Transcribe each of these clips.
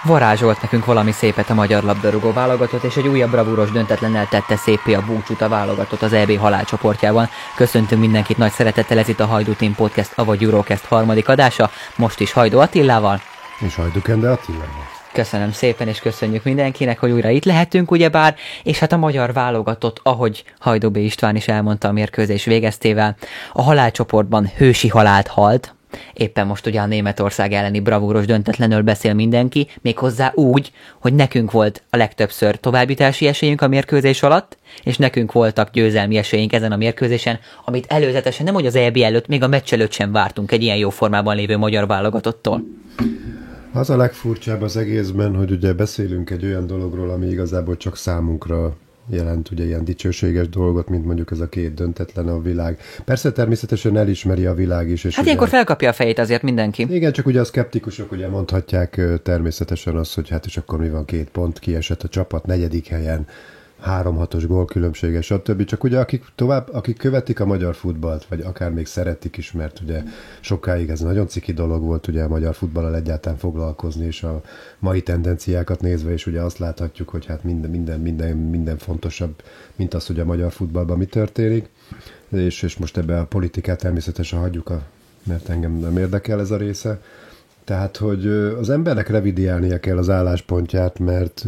Varázsolt nekünk valami szépet a magyar labdarúgó válogatott, és egy újabb bravúros döntetlennel tette széppé a búcsút a válogatott az EB halálcsoportjában. Köszöntünk mindenkit nagy szeretettel, ez itt a Hajdú Team Podcast, avagy Eurocast harmadik adása, most is Hajdú Attilával. És Hajdú Ende Attilával. Köszönöm szépen, és köszönjük mindenkinek, hogy újra itt lehetünk, ugyebár, és hát a magyar válogatott, ahogy Hajdú B. István is elmondta a mérkőzés végeztével, a halálcsoportban hősi halált halt. Éppen most ugye a Németország elleni bravúros döntetlenül beszél mindenki, méghozzá úgy, hogy nekünk volt a legtöbbször továbbjutási esélyünk a mérkőzés alatt, és nekünk voltak győzelmi esélyünk ezen a mérkőzésen, amit előzetesen nem hogy az EB előtt, még a meccs előtt sem vártunk egy ilyen jó formában lévő magyar válogatottól. Az a legfurcsább az egészben, hogy ugye beszélünk egy olyan dologról, ami igazából csak számunkra jelent ugye ilyen dicsőséges dolgot, mint mondjuk ez a két döntetlen a világ. Persze természetesen elismeri a világ is. És hát ugye, ilyenkor felkapja a fejét azért mindenki. Igen, csak ugye a szkeptikusok ugye mondhatják természetesen azt, hogy hát és akkor mi van, 2 pont, kiesett a csapat 4. helyen, 3-6-os gólkülönbsége, stb. Csak ugye akik követik a magyar futballt, vagy akár még szeretik is, mert ugye sokáig ez nagyon ciki dolog volt ugye a magyar futballal egyáltalán foglalkozni, és a mai tendenciákat nézve, és ugye azt láthatjuk, hogy hát minden fontosabb, mint az, hogy a magyar futballban mi történik, és most ebbe a politikát természetesen hagyjuk, mert engem nem érdekel ez a része. Tehát, hogy az embernek revidiálnia kell az álláspontját, mert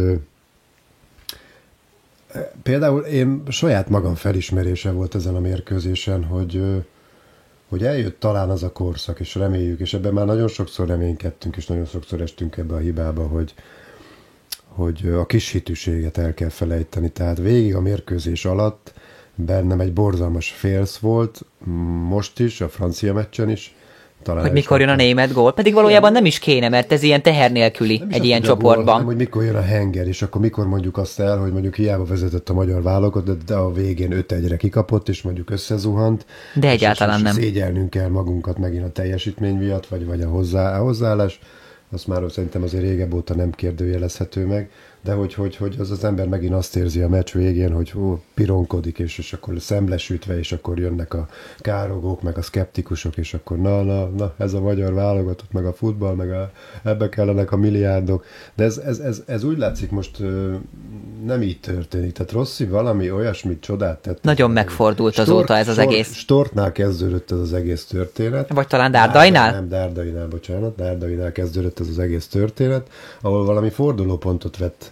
például én saját magam felismerése volt ezen a mérkőzésen, hogy eljött talán az a korszak, és reméljük, és ebben már nagyon sokszor reménykedtünk, és nagyon sokszor estünk ebbe a hibába, hogy a kis hitűséget el kell felejteni. Tehát végig a mérkőzés alatt bennem egy borzalmas félsz volt, most is, a francia meccsen is. Talán hogy mikor jön a német gól, pedig valójában nem is kéne, mert ez ilyen teher nélküli egy ilyen csoportban. Gól, hanem, hogy mikor jön a henger, és akkor mikor mondjuk azt el, hogy mondjuk hiába vezetett a magyar válogatott, de a végén 5-1-re kikapott, és mondjuk összezuhant. De egyáltalán nem. Szégyelnünk kell magunkat megint a teljesítmény miatt, vagy a hozzáállás. Azt már szerintem azért régebb óta nem kérdőjelezhető meg, de hogy az ember megint azt érzi a meccs végén, hogy pironkodik, és akkor szemlesütve, és akkor jönnek a károgók, meg a szkeptikusok, és akkor na, ez a magyar válogatott, meg a futball, meg ebbe kellenek a milliárdok. De ez úgy látszik most nem így történik. Tehát Rossi valami olyasmit, csodát tett. Nagyon megfordult azóta ez az egész. Stortnál kezdődött ez az egész történet. Vagy talán Dárdainál? Nem, Dárdainál, bocsánat. Dárdainál kezdődött ez az egész történet, ahol valami fordulópontot vett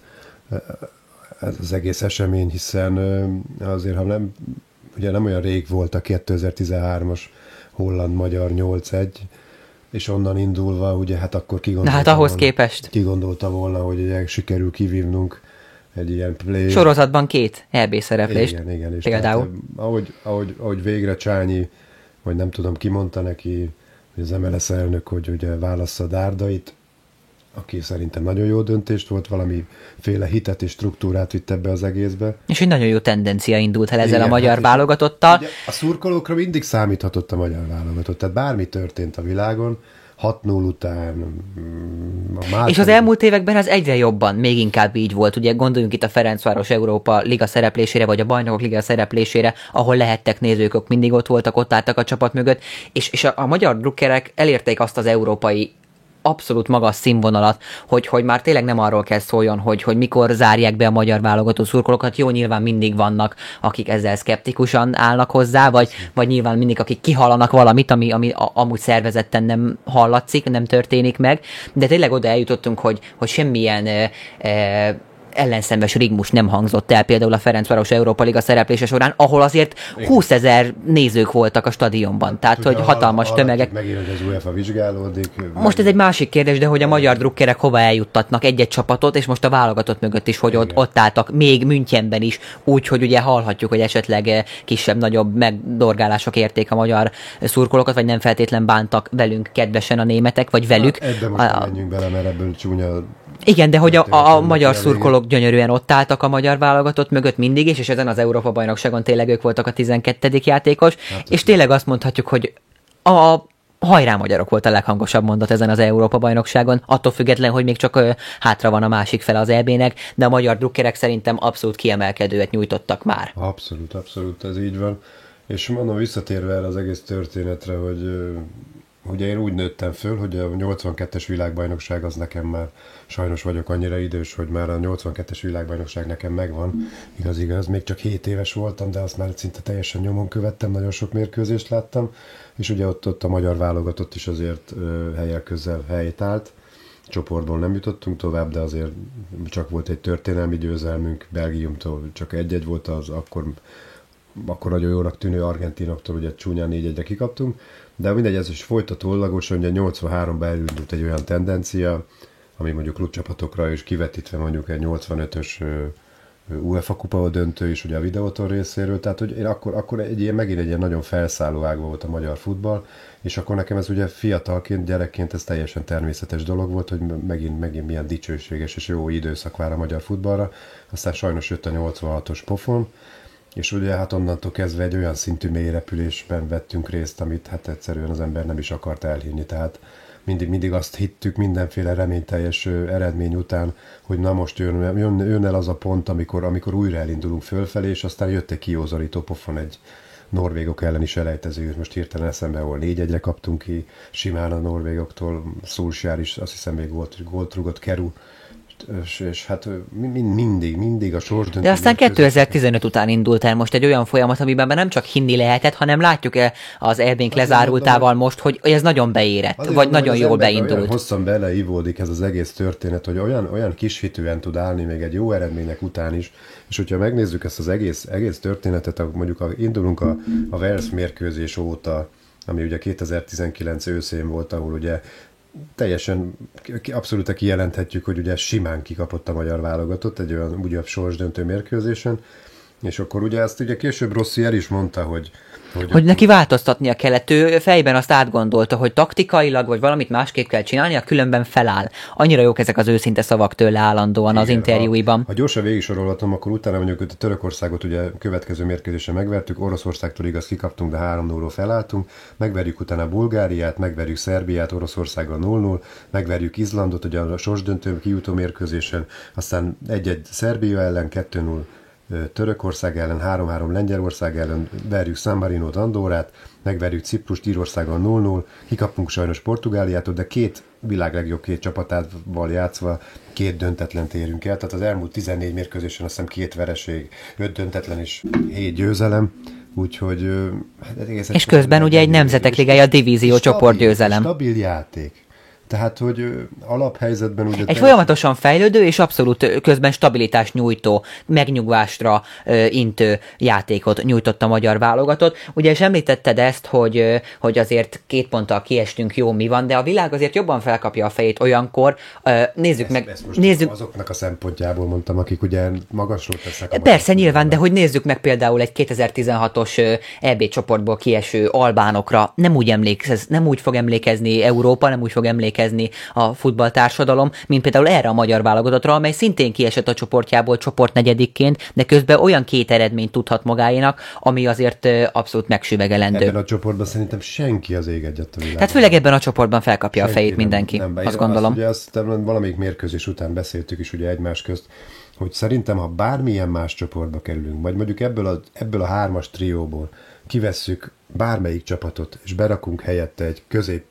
ez az egész esemény, hiszen azért, ha nem, ugye nem olyan rég volt a 2013-as holland-magyar 8-1, és onnan indulva, ugye hát akkor kigondolta volna, hogy ugye sikerül kivívnunk egy ilyen play. Sorozatban 2 EB szereplést. Igen, és például. Tehát, ahogy végre Csányi, vagy nem tudom, ki mondta neki, hogy az MLS elnök, hogy ugye válassza Dárdait, aki szerintem nagyon jó döntést volt, valamiféle hitet és struktúrát vitt ebbe az egészbe. És egy nagyon jó tendencia indult el ezzel a magyar válogatottal. A szurkolókra mindig számíthatott a magyar válogatott, tehát bármi történt a világon, 6-0 után. És az elmúlt években az egyre jobban, még inkább így volt. Ugye gondoljunk itt a Ferencváros Európa Liga szereplésére, vagy a Bajnokok Liga szereplésére, ahol lehettek nézők, mindig ott voltak, ott álltak a csapat mögött, és a magyar drukkerek elérték azt az európai abszolút magas színvonalat, hogy már tényleg nem arról kell szóljon, hogy mikor zárják be a magyar válogatott szurkolókat. Jó, nyilván mindig vannak, akik ezzel szkeptikusan állnak hozzá, vagy nyilván mindig, akik kihalanak valamit, ami amúgy szervezetten nem hallatszik, nem történik meg, de tényleg oda eljutottunk, hogy semmilyen ellenszenves rigmus nem hangzott el például a Ferencváros Európa Liga szereplése során, ahol azért 20 000 nézők voltak a stadionban, tehát hogy hatalmas tömegek. Megint, hogy az UEFA vizsgálódik. Most ez egy másik kérdés, de hogy a magyar drukkerek hova eljuttatnak egy-egy csapatot, és most a válogatott mögött is, hogy ott álltak, még Münchenben is, úgy, hogy ugye hallhatjuk, hogy esetleg kisebb-nagyobb megdorgálások érték a magyar szurkolókat, vagy nem feltétlen bántak velünk kedvesen a németek, vagy velük. Ebben most nem menjünk bele, mert ebből csúnya. Igen, de hogy a magyar szurkolók gyönyörűen ott álltak a magyar válogatott mögött mindig is, és ezen az Európa-bajnokságon tényleg ők voltak a 12. játékos, és tényleg azt mondhatjuk, hogy a hajrá magyarok volt a leghangosabb mondat ezen az Európa-bajnokságon, attól független, hogy még csak hátra van a másik fele az EB-nek, de a magyar drukkerek szerintem abszolút kiemelkedőet nyújtottak már. Abszolút, ez így van. És mondom, visszatérve erre az egész történetre, hogy ugye én úgy nőttem föl, hogy a 82-es világbajnokság az nekem már, sajnos vagyok annyira idős, hogy már a 82-es világbajnokság nekem megvan. Igaz, még csak 7 éves voltam, de azt már szinte teljesen nyomon követtem, nagyon sok mérkőzést láttam, és ugye ott a magyar válogatott is azért helyek közel helyt állt. Csoportból nem jutottunk tovább, de azért csak volt egy történelmi győzelmünk, Belgiumtól csak 1-1 volt az akkor nagyon jónak tűnő argentinoktól, ugye csúnyán 4-1-re kikaptunk, de mindegy, ez is folytatólagosan, ugye 83-ban elindult egy olyan tendencia, ami mondjuk klubcsapatokra is kivetítve mondjuk egy 85-ös UEFA kupa döntő is ugye a Videóton részéről, tehát hogy én akkor megint egy ilyen nagyon felszálló ágban volt a magyar futball, és akkor nekem ez ugye fiatalként, gyerekként ez teljesen természetes dolog volt, hogy megint milyen dicsőséges és jó időszak vár a magyar futballra, aztán sajnos jött a 86-os pofon, és ugye hát onnantól kezdve egy olyan szintű mélyrepülésben vettünk részt, amit hát egyszerűen az ember nem is akart elhinni, tehát mindig azt hittük mindenféle reményteljes eredmény után, hogy na most jön el az a pont, amikor újra elindulunk fölfelé, és aztán jött egy kiózanító pofon egy norvégok elleni selejtező, most hirtelen eszembe, ahol 4-1-re kaptunk ki, simán a norvégoktól, Solskjaer is, azt hiszem még volt, hogy gólt rúgott Keru, és hát mindig a sorsdöntő. De aztán 2015 után indult el most egy olyan folyamat, amiben nem csak hinni lehetett, hanem látjuk-e az EB-nk lezárultával most, hogy ez nagyon beérett, vagy nagyon jól beindult. Olyan hosszan beleivódik ez az egész történet, hogy olyan kishitűen tud állni még egy jó eredmények után is, és hogyha megnézzük ezt az egész történetet, mondjuk indulunk a Wales mérkőzés óta, ami ugye 2019 őszén volt, ahol ugye teljesen abszolút kijelenthetjük, hogy ugye simán kikapott a magyar válogatott egy olyan ugye sorsdöntő mérkőzésen, és akkor ugye ezt ugye később Rossi el is mondta, hogy neki változtatnia kellett. Ő fejben azt átgondolta, hogy taktikailag vagy valamit másképp kell csinálnia, különben feláll. Annyira jók ezek az őszinte szavak tőle állandóan. Igen, az interjúiban. Ha gyorsan végig sorolhatom, akkor utána mondjuk a Törökországot ugye következő mérkőzésen megvertük, Oroszországtól igaz kikaptunk, de 3-0-ról felálltunk, megverjük utána Bulgáriát, megverjük Szerbiát, Oroszországgal 0-0, megverjük Izlandot ugye a sorsdöntő kijutó mérkőzésen, aztán 1-1 Szerbia ellen, 2-0 Törökország ellen, 3-3 Lengyelország ellen, verjük San Marinót, Andorrát, megverjük Ciprust, Írországon 0-0, kikapunk sajnos Portugáliától, de világ legjobb két csapatával játszva 2 döntetlent érünk el, tehát az elmúlt 14 mérkőzésen azt hiszem 2 vereség, 5 döntetlen és 7 győzelem, úgyhogy... Hát és közben ugye egy nemzetek ligája divízió csoportgyőzelem. Stabil játék. Tehát, hogy alaphelyzetben ugye... Egy folyamatosan fejlődő és abszolút közben stabilitást nyújtó, megnyugvásra intő játékot nyújtott a magyar válogatott. Ugye és említetted ezt, hogy azért 2 ponttal kiestünk, jó mi van, de a világ azért jobban felkapja a fejét olyankor. Nézzük meg... Ezt most azoknak a szempontjából mondtam, akik ugye magasról tesznek. Persze, nyilván, de hogy nézzük meg például egy 2016-os EB csoportból kieső albánokra. Nem úgy fog emlékezni Európa, nem úgy fog emlékezni a futballtársadalom, mint például erre a magyar válogatottra, amely szintén kiesett a csoportjából csoportnegyedikként, de közben olyan 2 eredményt tudhat magáénak, ami azért abszolút megsüvegelendő. Ebben a csoportban szerintem senki az ég egyet a világon. Tehát főleg ebben a csoportban felkapja a fejét mindenki, azt gondolom. Azt valamelyik mérkőzés után beszéltük is ugye egymás közt, hogy szerintem, ha bármilyen más csoportba kerülünk, vagy mondjuk ebből a 3-as trióból kivesszük bármelyik csapatot, és berakunk helyette egy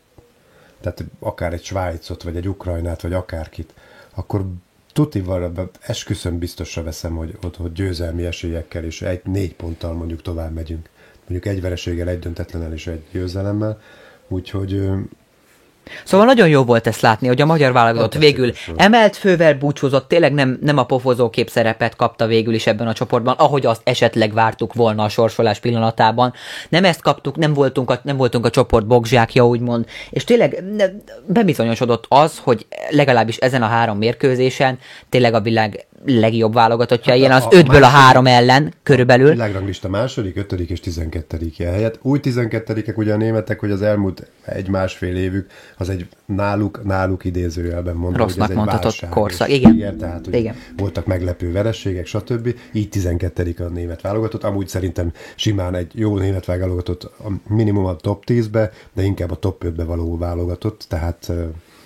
tehát akár egy Svájcot, vagy egy Ukrajnát, vagy akárkit, akkor tutival esküszöm biztosra veszem, hogy győzelmi esélyekkel és 4 ponttal mondjuk tovább megyünk. Mondjuk 1 vereséggel, 1 döntetlennel és 1 győzelemmel. Úgyhogy... Szóval nagyon jó volt ezt látni, hogy a magyar válogatott végül emelt fővel búcsúzott, tényleg nem a pofozókép szerepet kapta végül is ebben a csoportban, ahogy azt esetleg vártuk volna a sorsolás pillanatában. Nem ezt kaptuk, nem voltunk a csoport bogzsákja, úgymond, és tényleg bebizonyosodott az, hogy legalábbis ezen a 3 mérkőzésen tényleg a világ legjobb válogatottja, ilyen az 5-ből a 3 ellen körülbelül. Világranglista 2., 5. és 12. helyet. Úgy 12-ek ugye a németek, hogy az elmúlt 1-1,5 évük az egy náluk idézőjelben mondom, rossznak hogy ez egy mondhatott korszak. Igen. Tehát igen. Voltak meglepő vereségek, stb. Így 12. a német válogatott. Amúgy szerintem simán egy jó német válogatott minimum a top 10-be, de inkább a top 5-be való válogatott, tehát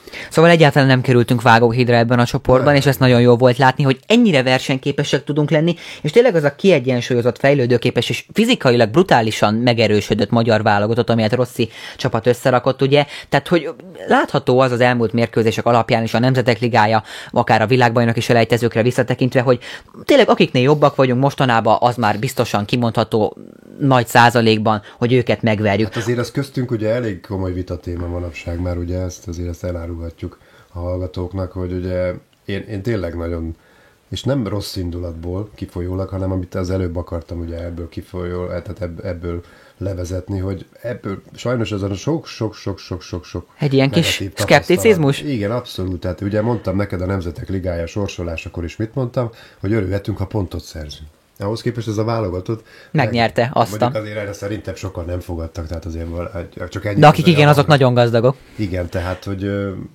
Szóval egyáltalán nem kerültünk vágóhídra ebben a csoportban, és ezt nagyon jó volt látni, hogy ennyire versenyképesek tudunk lenni, és tényleg az a kiegyensúlyozott, fejlődőképes és fizikailag brutálisan megerősödött magyar válogatott, amelyet Rossi csapat összerakott, ugye? Tehát, hogy látható az elmúlt mérkőzések alapján is a Nemzetek Ligája, akár a világbajnoki selejtezőkre visszatekintve, hogy tényleg akiknél jobbak vagyunk mostanában, az már biztosan kimondható nagy százalékban, hogy őket megverjük. Hát azért az köztünk ugye elég komoly vitatéma manapság, már ugye ezt elárulhatjuk a hallgatóknak, hogy ugye én tényleg nagyon, és nem rossz indulatból kifolyólag, hanem amit az előbb akartam ugye ebből kifolyólag, tehát ebből levezetni, hogy ebből sajnos ezen a sok egy ilyen kis szkepticizmus? Igen, abszolút. Tehát ugye mondtam neked a Nemzetek Ligája sorsolásakor is mit mondtam, hogy örülhetünk, ha pontot szerzünk. Ahhoz képest ez a válogatott megnyerte azt. Mondjuk azért erre szerintem sokan nem fogadtak, tehát azért csak ennyi. De akik igen, azok nagyon gazdagok. Igen, tehát, hogy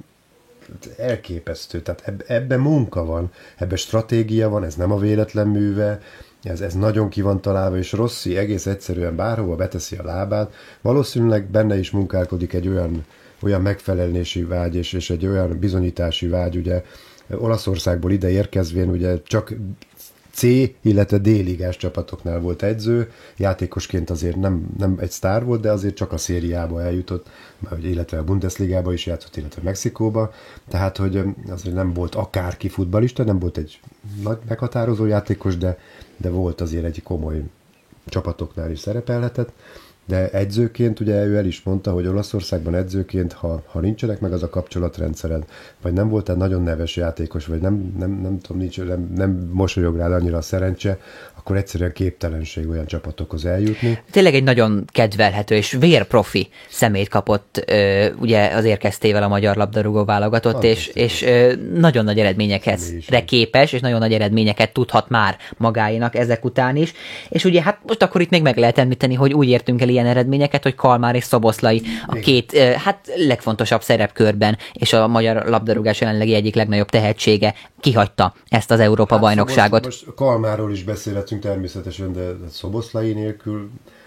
elképesztő. Tehát ebben munka van, ebben stratégia van, ez nem a véletlen műve, ez nagyon ki van találva, és Rossi egész egyszerűen bárhova beteszi a lábát. Valószínűleg benne is munkálkodik egy olyan megfelelési vágy, és egy olyan bizonyítási vágy, ugye Olaszországból ide érkezvén ugye csak C, illetve D-ligás csapatoknál volt edző, játékosként azért nem egy sztár volt, de azért csak a szériába eljutott, illetve a Bundesligába is játszott, illetve Mexikóba, tehát hogy azért nem volt akárki futballista, nem volt egy nagy meghatározó játékos, de volt azért egy komoly csapatoknál is szerepelhetett, de edzőként ugye ő el is mondta, hogy Olaszországban edzőként, ha nincsenek meg az a kapcsolatrendszered, vagy nem voltál nagyon neves játékos, vagy nem tudom, nem mosolyog rád annyira a szerencse, akkor egyszerűen képtelenség olyan csapatokhoz eljutni. Tényleg egy nagyon kedvelhető és vérprofi szemét kapott ugye az érkeztével a magyar labdarúgó válogatott, és nagyon nagy eredményekre képes, és nagyon nagy eredményeket tudhat már magáénak ezek után is. És ugye hát most akkor itt még meg lehet említeni, hogy úgy értünk el ilyen eredményeket, hogy Kalmár és Szoboszlai a két legfontosabb szerepkörben, és a magyar labdarúgás jelenlegi egyik legnagyobb tehetsége kihagyta ezt az Európa-bajnokságot. Most Kalmárról is beszélhetünk természetesen, de Szoboszlai nélkül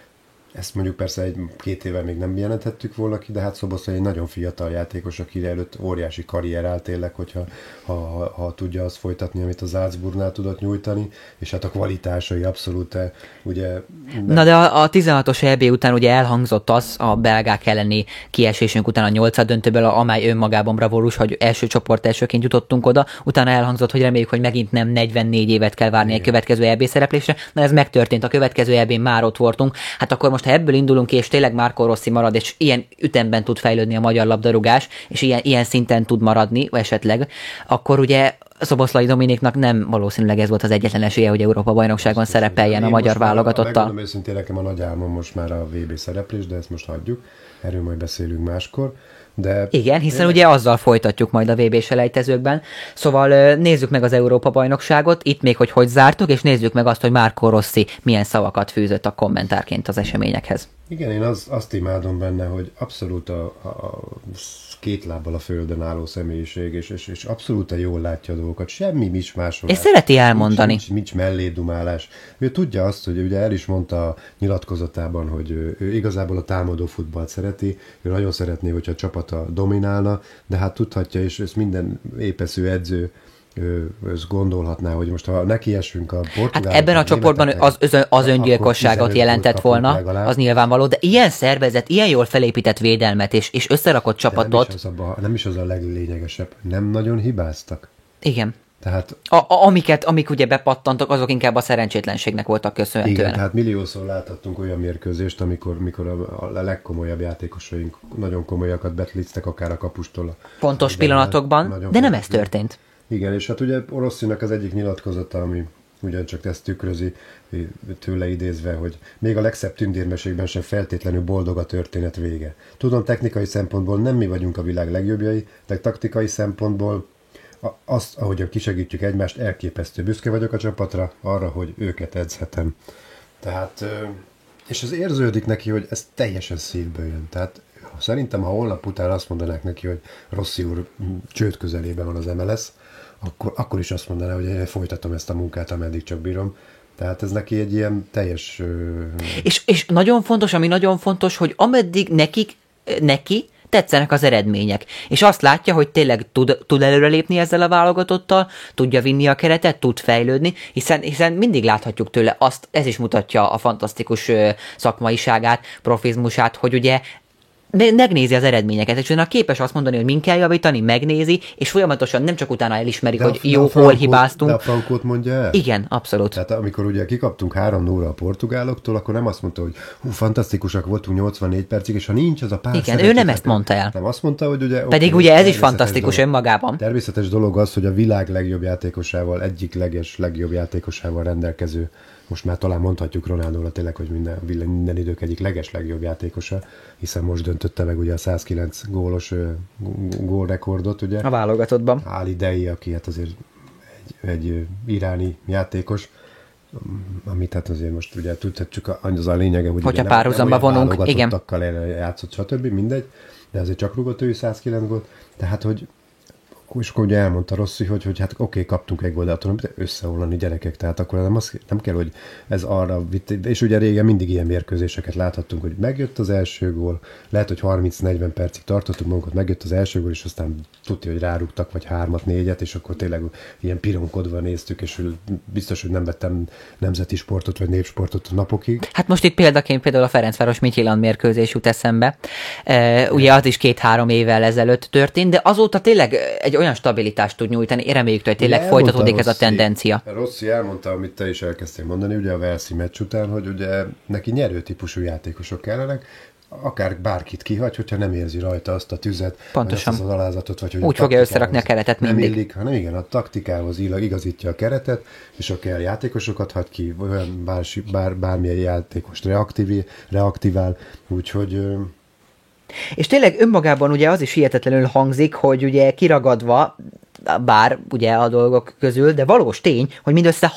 ezt mondjuk persze két éve még nem jelenthettük volna ki, de hát Szoboszlai egy nagyon fiatal játékos, aki előtt óriási karrier áll tényleg, hogyha ha tudja azt folytatni, amit a Salzburgnál tudott nyújtani, és hát a kvalitásai abszolút ugye... Na de a 16-os EB után ugye elhangzott az a belgák elleni kiesésünk után a 8. döntőből, amely önmagában bravúrus, hogy első csoport elsőként jutottunk oda, utána elhangzott, hogy reméljük, hogy megint nem 44 évet kell várni egy következő EB szereplésre, na ez megtörtént, a következő EB-n már ott voltunk, hát akkor most ha ebből indulunk ki, és tényleg Marco Rossi marad, és ilyen ütemben tud fejlődni a magyar labdarúgás, és ilyen szinten tud maradni esetleg, akkor ugye Szoboszlai Dominiknak nem valószínűleg ez volt az egyetlen esélye, hogy Európa-bajnokságon szerepeljen a magyar válogatottal. Megmondom őszintén, nekem a nagy álmom most már a VB szereplés, de ezt most hagyjuk, erről majd beszélünk máskor. De... Igen, hiszen ugye azzal folytatjuk majd a VB selejtezőkben. Szóval nézzük meg az Európa-bajnokságot, itt még hogy zártuk, és nézzük meg azt, hogy Marco Rossi milyen szavakat fűzött a kommentárként az eseményekhez. Igen, én azt imádom benne, hogy abszolút a két lábbal a földön álló személyiség, és abszolút jól látja a dolgokat, semmi mismásolás. És szereti elmondani. Nincs mellédumálás. Ő tudja azt, hogy ugye el is mondta a nyilatkozatában, hogy ő igazából a támadó futballt szereti, ő nagyon szeretné, hogyha a csapata dominálna, de hát tudhatja, és ezt minden épeszű edző ezt gondolhatná, hogy most ha nekiesünk a portugálok... Hát ebben a csoportban az öngyilkosságot jelentett volna, legalább. Az nyilvánvaló, de ilyen szervezet, ilyen jól felépített védelmet és összerakott csapatot... Nem is az a leglényegesebb. Nem nagyon hibáztak. Igen. Tehát... Amik ugye bepattantak, azok inkább a szerencsétlenségnek voltak köszönhetően. Igen, tehát milliószor láthattunk olyan mérkőzést, amikor a legkomolyabb játékosaink nagyon komolyakat betlitztek, akár a kapustól. Pontos pillanatokban, de nem ez történt. Igen, és hát ugye Rossinak az egyik nyilatkozata, ami ugyancsak ezt tükrözi, tőle idézve, hogy még a legszebb tündérmeségben sem feltétlenül boldog a történet vége. Tudom, technikai szempontból nem mi vagyunk a világ legjobbjai, de taktikai szempontból azt, ahogyan kisegítjük egymást, elképesztő. Büszke vagyok a csapatra, arra, hogy őket edzhetem. Tehát, és az érződik neki, hogy ez teljesen szívből jön. Tehát szerintem, ha holnap után azt mondanák neki, hogy Rossi úr csőd közelében van az MLS, akkor is azt mondaná, hogy én folytatom ezt a munkát, ameddig csak bírom. Tehát ez neki egy ilyen teljes... És nagyon fontos, ami nagyon fontos, hogy ameddig neki tetszenek az eredmények. És azt látja, hogy tényleg tud előrelépni ezzel a válogatottal, tudja vinni a keretet, tud fejlődni, hiszen mindig láthatjuk tőle azt, ez is mutatja a fantasztikus szakmaiságát, profizmusát, hogy ugye megnézi az eredményeket, és képes azt mondani, hogy min kell javítani, megnézi, és folyamatosan nem csak utána elismerik, hogy jó, hol hibáztunk. De a Frankót mondja el? Igen, abszolút. Tehát amikor ugye kikaptunk 3-0 a portugáloktól, akkor nem azt mondta, hogy fantasztikusak voltunk 84 percig, és ha nincs az a pár igen, ő nem ezt mondta el. Nem azt mondta, hogy ugye... Pedig ugye ez is fantasztikus önmagában. Természetes dolog az, hogy a világ legjobb játékosával, egyik legjobb játékosával rendelkező, most már talán mondhatjuk Ronaldóra tényleg, hogy minden idők egyik legjobb játékosa, hiszen most döntötte meg ugye a 109 gólos gólrekordot, ugye. A válogatottban. Ali Dei, aki hát azért egy iráni játékos, amit hát azért most ugye tudhatjuk, az a lényege, hogy hogyha párhuzamba vonunk, igen. Játszott, stb. Mindegy, de azért csak rúgott ő 109 gólt, tehát hogy és akkor ugye elmondta Rossi, hogy hát oké, kaptunk egy gólt, de attól nem összeomlani gyerekek, tehát akkor nem kell, hogy ez arra vitt, és ugye régen mindig ilyen mérkőzéseket láthattunk, hogy megjött az első gól, lehet, hogy 30-40 percig tartottunk magunkat, megjött az első gól, és aztán tudja, hogy rárúgtak, vagy 3-4-et, és akkor tényleg ilyen pironkodva néztük, és biztos, hogy nem vettem nemzeti sportot, vagy népsportot napokig. Hát most itt példaként a Ferencváros Midtjylland mérkőzés jut eszembe. Ugye az is 2-3 évvel ezelőtt történt, de azóta tényleg egy olyan stabilitást tud nyújtani, reméljük, hogy tényleg folytatódik ez a tendencia. Rossi elmondta, amit te is elkezdtél mondani, ugye a Velszi meccs után, hogy ugye neki nyerő típusú játékosok kellenek, akár bárkit kihagy, hogyha nem érzi rajta azt a tüzet, pontosan. Vagy azt az alázatot, vagy hogy úgy fogja összerakni a keretet mindig. Nem illik, hanem igen, a taktikához igazítja a keretet, és a kell játékosokat hagy ki, olyan bármilyen játékost reaktivál, úgyhogy... És tényleg önmagában ugye az is hihetetlenül hangzik, hogy ugye kiragadva, bár ugye a dolgok közül, de valós tény, hogy mindössze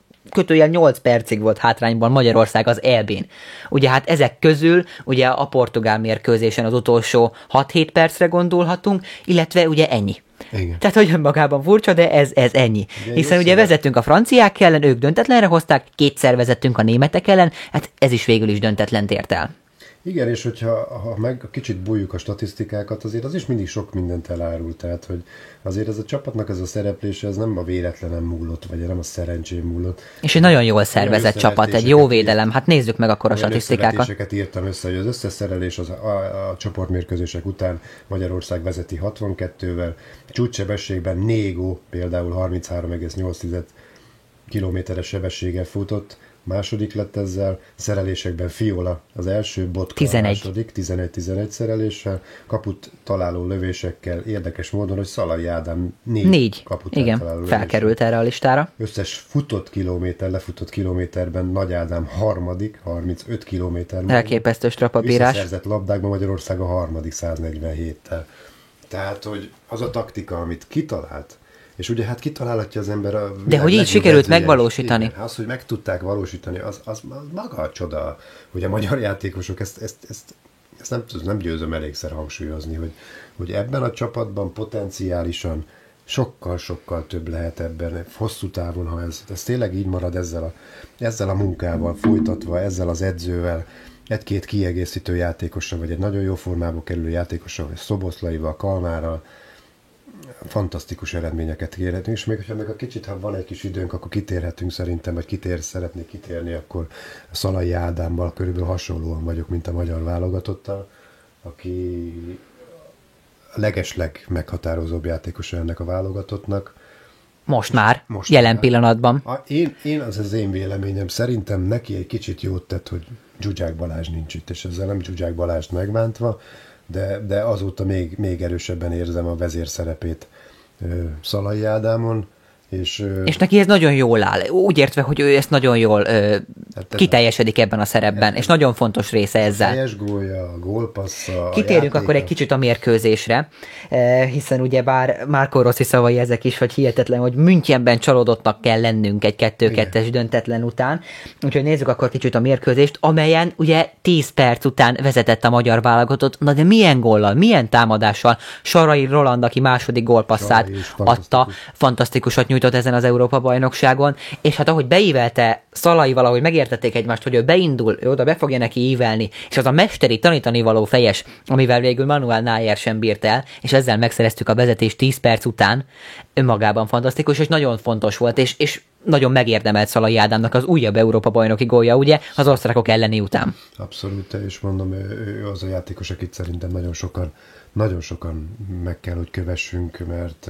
8 percig volt hátrányban Magyarország az EB-n. Ugye hát ezek közül ugye a portugál mérkőzésen az utolsó 6-7 percre gondolhatunk, illetve ugye ennyi. Igen. Tehát, hogy önmagában furcsa, de ez ennyi. Igen, hiszen ugye vezettünk a franciák ellen, ők döntetlenre hozták, 2-szer vezettünk a németek ellen, hát ez is végül is döntetlent ért el. Igen, és hogyha meg kicsit bújjuk a statisztikákat, azért az is mindig sok mindent elárul, tehát hogy azért ez a csapatnak ez a szereplése, ez nem a véletlenem múlott, vagy nem a szerencsém múlott. És egy nagyon jól szervezett csapat, egy jó védelem, hát nézzük meg akkor a statisztikákat. Írtam össze, hogy az összeszerelés a csoportmérkőzések után Magyarország vezeti 62-vel, csúcssebességben Négó például 33,8 kilométeres sebességgel futott, második lett ezzel, szerelésekben Fiola az első, Botka 11. a második, 11 szereléssel, kaput találó lövésekkel, érdekes módon, hogy Szalai Ádám 4 kaput igen, találó felkerült erre a listára. Összes lefutott kilométerben Nagy Ádám harmadik, 35 kilométer. Elképesztő strapabírás. Visszaszerzett labdákban Magyarország a harmadik 147-tel. Tehát, hogy az a taktika, amit kitalált, és ugye hát kitalálhatja az ember a... De hogy így sikerült megvalósítani. Igen, az, hogy meg tudták valósítani, az maga a csoda, hogy a magyar játékosok ezt nem győzöm elégszer hangsúlyozni, hogy ebben a csapatban potenciálisan sokkal több lehet ebben, hosszú távon, ha ez tényleg így marad ezzel a munkával folytatva, ezzel az edzővel, egy-két kiegészítő játékossal, vagy egy nagyon jó formába kerülő játékossal, vagy Szoboszlaival, Kalmárral, fantasztikus eredményeket kérhetünk, és még hogyha meg a kicsit, ha van egy kis időnk, akkor kitérhetünk szerintem, vagy szeretnék kitérni, akkor Szalai Ádámmal körülbelül hasonlóan vagyok, mint a magyar válogatottal, aki a legesleg meghatározóbb játékosa ennek a válogatottnak. Most jelen pillanatban. Az én véleményem, szerintem neki egy kicsit jót tett, hogy Zsuzsák Balázs nincs itt, és ezzel nem Zsuzsák Balázst megbántva, de azóta még erősebben érzem a vezérszerepét Szalai Ádámon, és neki ez nagyon jól áll. Úgy értve, hogy ő ezt nagyon jól kiteljesedik ebben a szerepben, és nagyon fontos része ezzel. A fejes gólja, a gólpassza, kitérjünk akkor egy kicsit a mérkőzésre, hiszen ugye bár Marco Rossi szavai ezek is, hogy hihetetlen, hogy Münchenben csalódottnak kell lennünk egy 2-2-es döntetlen után. Úgyhogy nézzük akkor kicsit a mérkőzést, amelyen ugye 10 perc után vezetett a magyar válogatott. Na de milyen góllal, milyen támadással? Sarai Roland, aki második gólpasszát adta, fantasztikusat nyújtott ezen az Európa-bajnokságon, és hát ahogy beívelte Szalai valahogy megérte megértették egymást, hogy ő beindul, ő oda be fogja neki ívelni, és az a mesteri tanítani való fejes, amivel végül Manuel Neuer sem bírt el, és ezzel megszereztük a vezetést 10 perc után, önmagában fantasztikus, és nagyon fontos volt, és nagyon megérdemelt Szalai Ádámnak az újabb Európa-bajnoki gólja, ugye, az osztrákok elleni után. Abszolút, és mondom, ő az a játékos, akit szerintem nagyon sokan meg kell, hogy kövessünk, mert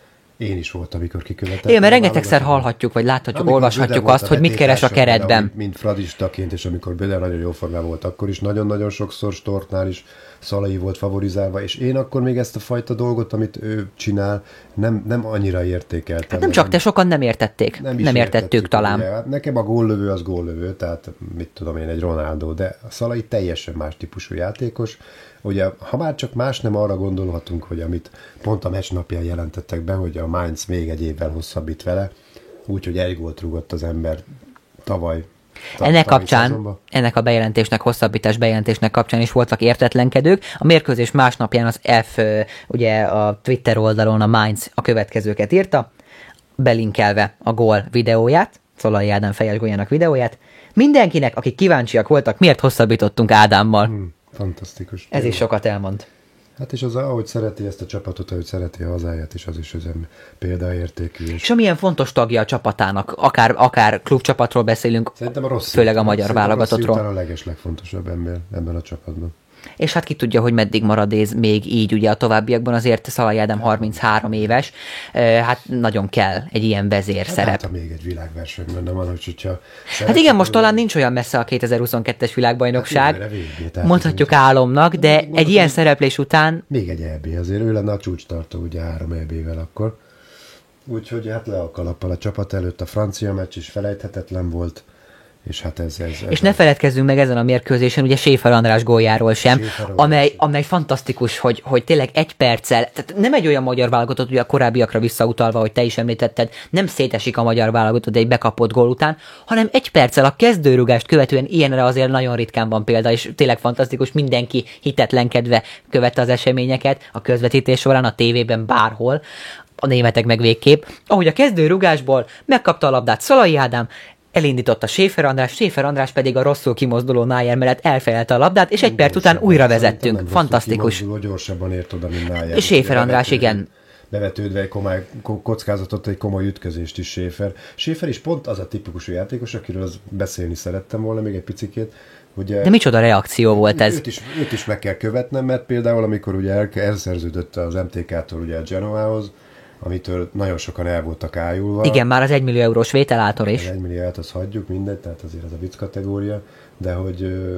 én is voltam, amikor kikövetettem. Igen, mert rengetegszer hallhatjuk, vagy láthatjuk, olvashatjuk azt, hogy mit keres a keretben. Mint fradistaként, és amikor Böder nagyon jó formában volt, akkor is nagyon-nagyon sokszor Storknál is Szalai volt favorizálva, és én akkor még ezt a fajta dolgot, amit ő csinál, nem annyira értékeltem. Hát nem csak te, sokan nem értették. Nem értettük talán. Ugye, hát nekem a góllövő az góllövő, tehát mit tudom én, egy Ronaldo, de a Szalai teljesen más típusú játékos. Ugye, ha már csak más nem arra gondolhatunk, hogy amit pont a meccs napján jelentettek be, hogy a Mainz még egy évvel hosszabbít vele, úgyhogy egy gólt rúgott az ember tavaly. Ennek kapcsán, ennek a bejelentésnek, hosszabbítás bejelentésnek kapcsán is voltak értetlenkedők. A mérkőzés másnapján az F, ugye a Twitter oldalon a Mainz a következőket írta, belinkelve a gól videóját, Szalai Ádám fejes góljának videóját. Mindenkinek, akik kíváncsiak voltak, miért hosszabbítottunk Ádámmal. Fantasztikus. Ez is sokat elmond. Hát és az, ahogy szereti ezt a csapatot, ahogy szereti a hazáját, és az is példaértékű. És amilyen fontos tagja a csapatának, akár klubcsapatról beszélünk, szerintem a Rossi, főleg a magyar válogatottról. Rossi a legfontosabb ember ebben a csapatban. És hát ki tudja, hogy meddig marad ez még így, ugye a továbbiakban azért Szalai Ádám 33 éves, hát nagyon kell egy ilyen vezérszerep. Hát még egy világversenyben nem van, hogyha... Hát igen, most talán nincs olyan messze a 2022-es világbajnokság, hát végé, mondhatjuk álomnak, de egy ilyen szereplés után... Még egy EB, azért ő lenne a csúcstartó, ugye 3 EB-vel akkor. Úgyhogy hát le a kalappal a csapat előtt, a francia meccs is felejthetetlen volt. És hát ez és ne feledkezzünk meg ezen a mérkőzésen, ugye Schäfer András góljáról sem, amely fantasztikus, hogy tényleg egy perccel, tehát nem egy olyan magyar válogatott, ugye a korábbiakra visszautalva, hogy te is említetted, nem szétesik a magyar válogatott egy bekapott gól után, hanem egy perccel a kezdőrúgást követően ilyenre azért nagyon ritkán van példa, és tényleg fantasztikus, mindenki hitetlenkedve követte az eseményeket a közvetítés során, a tévében, bárhol, a németek meg végképp, ahogy a kezdőrúgásból megkapta a labdát Szalai Ádám, elindította Schäfer András pedig a rosszul kimozduló Neuer mellett elfelelte a labdát, és egy perc után újra vezettünk. Fantasztikus. Gyorsabban ért oda, mint Neuer. És Schäfer András, igen. Bevetődve egy komoly kockázatot, egy komoly ütközést is Schäfer. Schäfer is pont az a tipikusú játékos, akiről beszélni szerettem volna még egy picikét. Ugye, de micsoda reakció volt ez? Őt is meg kell követnem, mert például amikor ugye elszerződött az MTK-tól ugye a Genoához, amitől nagyon sokan el voltak ájulva. Igen, már az 1 millió eurós vételától is. Az 1 milliót azt hagyjuk, mindegy, tehát azért az a vicc kategória, de hogy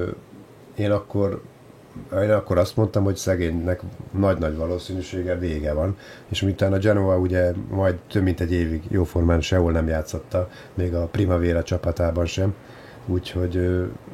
én akkor azt mondtam, hogy szegénynek nagy-nagy valószínűsége vége van, és utána a Genoa ugye majd több mint egy évig jóformán sehol nem játszotta, még a Primavera csapatában sem, úgyhogy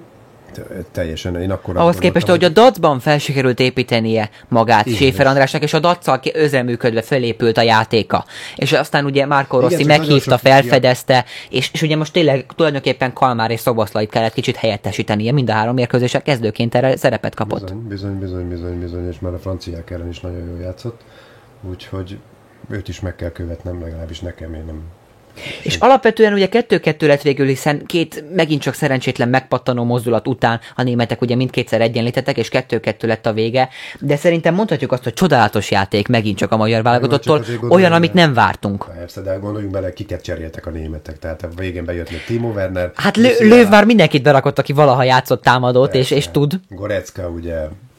teljesen, én akkor... Ahhoz képest, hogy a Dacban fel sikerült építenie magát Schäfer Andrásnak, és a Dac-szal özreműködve felépült a játéka. És aztán ugye Marco Rossi meghívta, felfedezte, és ugye most tényleg tulajdonképpen Kalmár és Szoboszlait kellett kicsit helyettesítenie, mind a 3 mérkőzésen kezdőként erre szerepet kapott. Bizony, és már a franciák ellen is nagyon jól játszott, úgyhogy őt is meg kell követnem, legalábbis nekem, én nem... És alapvetően ugye 2-2 lett végül, hiszen megint csak szerencsétlen megpattanó mozdulat után a németek ugye mindkétszer egyenlítettek, és 2-2 lett a vége, de szerintem mondhatjuk azt, hogy csodálatos játék megint csak a magyar válogatottól, olyan, amit nem vártunk. Persze, de gondoljunk bele, kiket cseréltek a németek, tehát a végén bejött még Timo Werner. Hát Löw már mindenkit berakott, aki valaha játszott támadót, és tud. Goretzka ugye,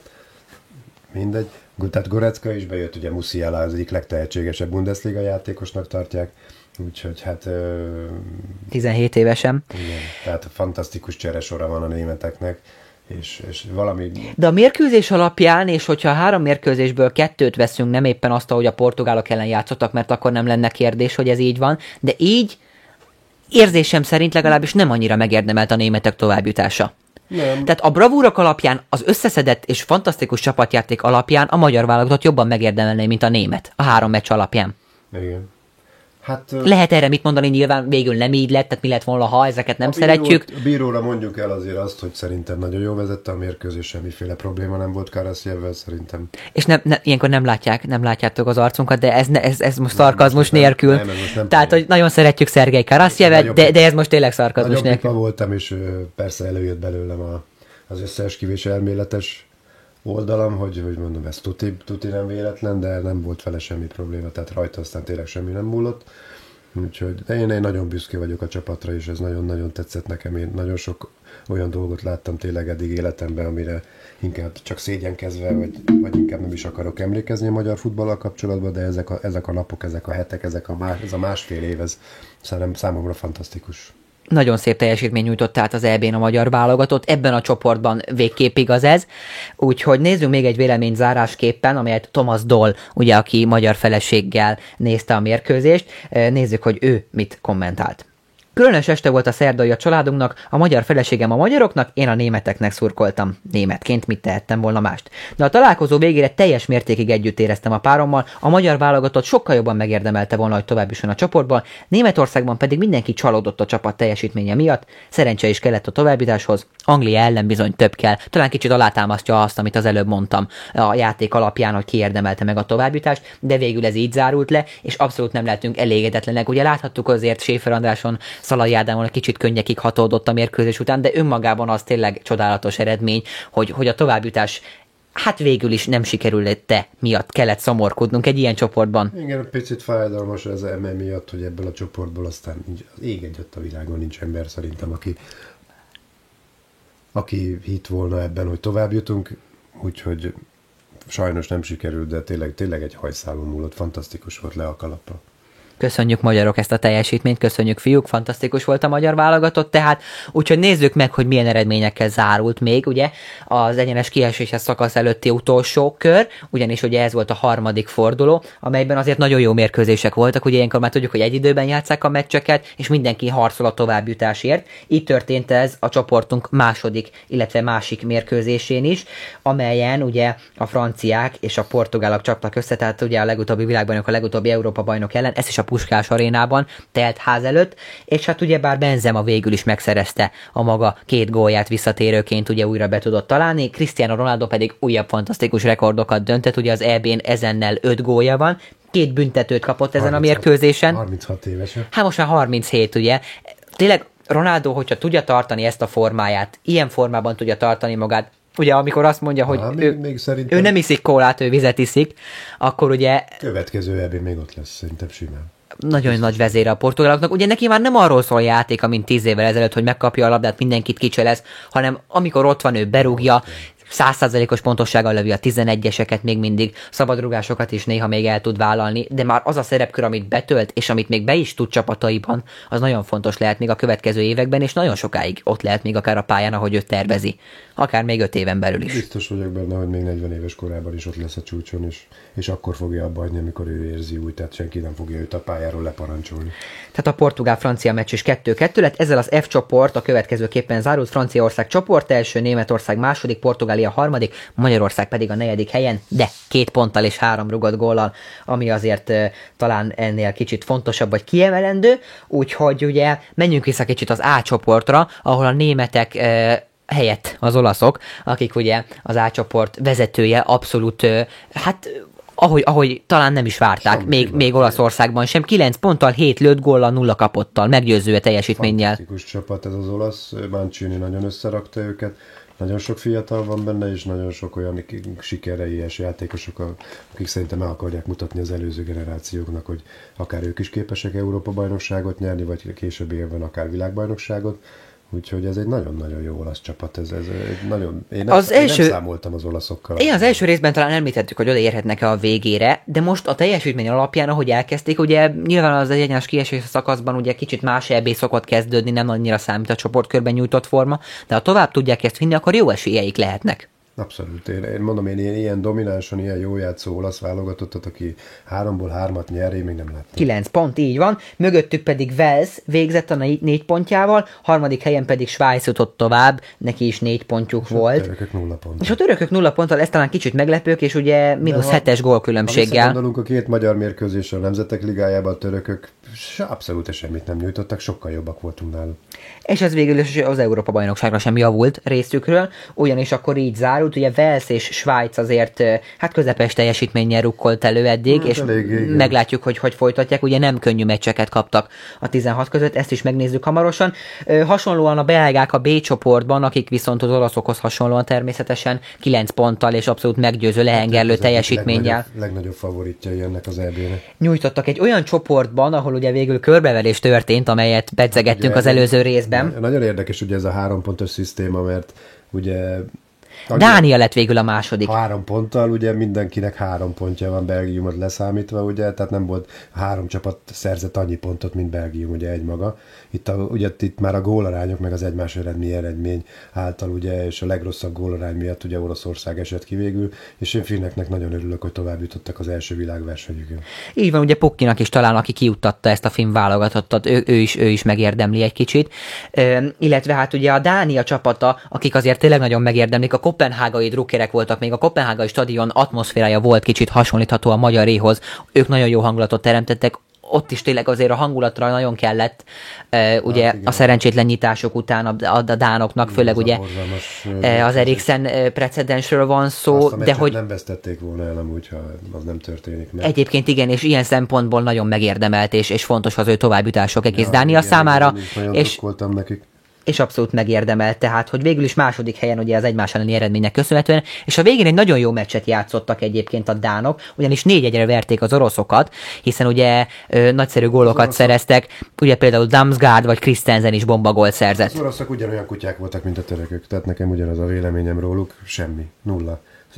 mindegy, tehát Goretzka is bejött, ugye Musiala az egyik legtehetségesebb Bundesliga játékosnak tartják. Úgyhogy hát... 17 évesen. Igen, tehát fantasztikus cseresora van a németeknek, és valami... De a mérkőzés alapján, és hogyha a 3 mérkőzésből 2 veszünk, nem éppen azt, ahogy a portugálok ellen játszottak, mert akkor nem lenne kérdés, hogy ez így van, de így érzésem szerint legalábbis nem annyira megérdemelt a németek továbbjutása. Nem. Tehát a bravúrok alapján, az összeszedett és fantasztikus csapatjáték alapján a magyar válogatott jobban megérdemelné, mint a német a 3 meccs alapján. Igen. Hát, lehet erre mit mondani, nyilván végül nem így lett, tehát mi lett volna, ha ezeket nem szeretjük. A bíróra mondjuk el azért azt, hogy szerintem nagyon jól vezette a mérkőzés, semmiféle probléma nem volt Karaszjevvel, szerintem. És ilyenkor nem látjátok az arcunkat, de ez most szarkazmus nélkül. Tehát, hogy nagyon szeretjük Szergej Karaszjevet, de ez most tényleg szarkazmus nélkül. Nagyon voltam, és persze előjött belőlem az összeesküvés elméletes oldalam, hogy mondom, ez tuti nem véletlen, de nem volt vele semmi probléma, tehát rajta aztán tényleg semmi nem múlott. Úgyhogy, de én nagyon büszke vagyok a csapatra, és ez nagyon-nagyon tetszett nekem. Én nagyon sok olyan dolgot láttam tényleg eddig életemben, amire inkább csak szégyenkezve, vagy inkább nem is akarok emlékezni a magyar futballal kapcsolatban, de ezek a napok, ezek a hetek, ez a másfél év, ez számomra fantasztikus. Nagyon szép teljesítmény nyújtott át az EB-n a magyar válogatott, ebben a csoportban végképp igaz ez. Úgyhogy nézzünk még egy vélemény zárásképpen, amelyet Thomas Doll, ugye, aki magyar feleséggel nézte a mérkőzést. Nézzük, hogy ő mit kommentált. Különös este volt a szerdai a családunknak, a magyar feleségem a magyaroknak, én a németeknek szurkoltam. Németként mit tehettem volna mást. De a találkozó végére teljes mértékig együtt éreztem a párommal, a magyar válogatott sokkal jobban megérdemelte volna, hogy tovább jusson a csoportban, Németországban pedig mindenki csalódott a csapat teljesítménye miatt, szerencse is kellett a továbbjutáshoz, Anglia ellen bizony több kell. Talán kicsit alátámasztja azt, amit az előbb mondtam a játék alapján, hogy kiérdemelte meg a továbbjutást, de végül ez így zárult le, és abszolút nem lehetünk elégedetlenek. Ugye láthattuk azért Schäfer Andráson, Szalai Ádámon egy kicsit könnyekig hatódott a mérkőzés után, de önmagában az tényleg csodálatos eredmény, hogy a továbbjutás hát végül is nem sikerült miatt kellett szomorkodnunk egy ilyen csoportban. Igen, picit fájdalmas ez miatt, hogy ebből a csoportból aztán az ég egyet a világon nincs ember szerintem, aki hitt volna ebben, hogy tovább jutunk, úgyhogy sajnos nem sikerült, de tényleg egy hajszálon múlott, fantasztikus volt le a kalappal. Köszönjük magyarok ezt a teljesítményt, köszönjük fiúk, fantasztikus volt a magyar válogatott, tehát úgyhogy nézzük meg, hogy milyen eredményekkel zárult még, ugye, az egyenes kieséses szakasz előtti utolsó kör, ugyanis ugye ez volt a harmadik forduló, amelyben azért nagyon jó mérkőzések voltak, ugye ilyenkor már tudjuk, hogy egy időben játsszák a meccseket, és mindenki harcol a továbbjutásért. Így történt ez a csoportunk második, illetve másik mérkőzésén is, amelyen ugye a franciák és a portugálok csaptak össze, tehát ugye a legutóbbi világbajnok, a legutóbbi Európa bajnok ellen, ez is a Puskás arénában, telt ház előtt, és hát ugyebár Benzema végül is megszerezte a maga 2 gólját visszatérőként, ugye újra be tudott találni, Cristiano Ronaldo pedig újabb fantasztikus rekordokat döntött, ugye az EB-n ezennel 5 gólja van, 2 büntetőt kapott ezen 36, a mérkőzésen. 36 éves. Hát most már 37, ugye. Tényleg Ronaldo, hogyha tudja tartani ezt a formáját, ilyen formában tudja tartani magát, ugye amikor azt mondja, hogy ő nem iszik kólát, ő vizet iszik, akkor ugye... Következő EB még ott lesz, szerintem simán. Nagyon nagy vezére a portugáloknak. Ugye neki már nem arról szól a játéka, mint 10 évvel ezelőtt, hogy megkapja a labdát, mindenkit kicselez, hanem amikor ott van, ő berúgja, 100%-os pontossággal lövi a 11-eseket, még mindig szabadrugásokat is néha még el tud vállalni, de már az a szerepkör, amit betölt, és amit még be is tud csapataiban, az nagyon fontos lehet még a következő években, és nagyon sokáig ott lehet még akár a pályán, ahogy ő tervezi. Akár még 5 éven belül is. Biztos vagyok benne, hogy még 40 éves korában is ott lesz a csúcson, és akkor fogja abba hagyni, amikor ő érzi úgy, tehát senki nem fogja őt a pályáról leparancsolni. Tehát a portugál-francia meccs is 2-2 lett, ezzel az F csoport a következőképpen zárult: Franciaország csoport első, Németország második, Portugália harmadik, Magyarország pedig a 4. helyen, de 2 ponttal és 3 rugott góllal, ami azért talán ennél kicsit fontosabb vagy kiemelendő, úgyhogy ugye menjünk vissza kicsit az A csoportra, ahol a németek helyett az olaszok, akik ugye az A csoport vezetője, abszolút, hát ahogy talán nem is várták, még Olaszországban sem, 9 ponttal, 7 lőtt góllal, 0 kapottal, meggyőző teljesítménnyel. Fantasztikus csapat ez az olasz, Mancini nagyon összerakta őket, nagyon sok fiatal van benne, és nagyon sok olyan sikereies játékosok, akik szerintem el akarják mutatni az előző generációknak, hogy akár ők is képesek Európa-bajnokságot nyerni, vagy később évben akár világbajnokságot. Úgyhogy ez egy nagyon-nagyon jó olasz csapat. Ez nagyon... Én nem számoltam az olaszokkal. Én az első részben talán említettük, hogy odaérhetnek-e a végére, de most a teljesítmény alapján, ahogy elkezdték, ugye nyilván az egyenes kiesés szakaszban ugye kicsit más EB szokott kezdődni, nem annyira számít a csoportkörben nyújtott forma, de ha tovább tudják ezt vinni, akkor jó esélyeik lehetnek. Abszolút. Én mondom, én ilyen dominánsan, ilyen jó játszó olasz válogatottat, aki 3-ból 3-at nyer, én még nem láttam. 9 pont, így van. Mögöttük pedig Wales végzett a 4 pontjával, harmadik helyen pedig Svájc jutott tovább, neki is 4 pontjuk volt. A törökök 0 pont. És a törökök 0 ponttal, ez talán kicsit meglepők, és ugye -7-es gólkülönbséggel. Ha gondolunk a két magyar mérkőzésre a Nemzetek Ligájában, a törökök abszolút semmit nem nyújtottak, sokkal jobbak voltunk náluk. És ez végül is az Európa-bajnokságra sem javult részükről, ugyanis akkor így zárult, ugye Wales és Svájc azért hát közepes teljesítménnyel rukkolt elő eddig, és meglátjuk, hogy folytatják, ugye nem könnyű meccseket kaptak a 16 között, ezt is megnézzük hamarosan. Hasonlóan a belgák a B csoportban, akik viszont az olaszokhoz hasonlóan természetesen 9 ponttal és abszolút meggyőző lehengerlő teljesítménnyel. Legnagyobb favoritjai ennek az EB-nek. Nyújtottak egy olyan csoportban, ahol ugye végül körbevelés történt, amelyet pedzegettünk az előző részben. Nagyon érdekes ugye ez a 3 pontos szisztéma, mert ugye Dánia lett végül a második. 3 ponttal, ugye mindenkinek 3 pontja van Belgiumot leszámítva, ugye, tehát nem volt 3 csapat szerzett annyi pontot, mint Belgium, ugye egymaga. Itt már a gólarányok, meg az egymás eredmény által, ugye, és a legrosszabb gólarány miatt ugye Olaszország esett ki végül, és én finneknek nagyon örülök, hogy tovább jutottak az első világversenyükön. Így van, ugye Pukkinak is talán, aki kijuttatta ezt a finn válogatottat, ő is megérdemli egy kicsit. Illetve hát ugye a Dánia csapata, akik azért tényleg nagyon megérdemlik, a koppenhágai drukkerek voltak, még a koppenhágai stadion atmoszférája volt kicsit hasonlítható a magyaréhoz. Ők nagyon jó hangulatot teremtettek, ott is tényleg azért a hangulatra nagyon kellett, ugye hát a szerencsétlen nyitások után a dánoknak, főleg ugye az Eriksen precedensről van szó, de hogy nem vesztették volna el amúgy, ha az nem történik meg. Egyébként igen, és ilyen szempontból nagyon megérdemelt, és fontos az ő továbbjutások egész Dánia számára. És abszolút megérdemelt, tehát, hogy végül is második helyen ugye az egymás elleni eredménynek köszönhetően, és a végén egy nagyon jó meccset játszottak egyébként a dánok, ugyanis 4-1-re verték az oroszokat, hiszen ugye nagyszerű gólokat szereztek, ugye például Damsgaard vagy Christensen is bombagolt szerzett. Az oroszok ugyanolyan kutyák voltak, mint a törökök, tehát nekem ugyanaz a véleményem róluk, semmi, nulla.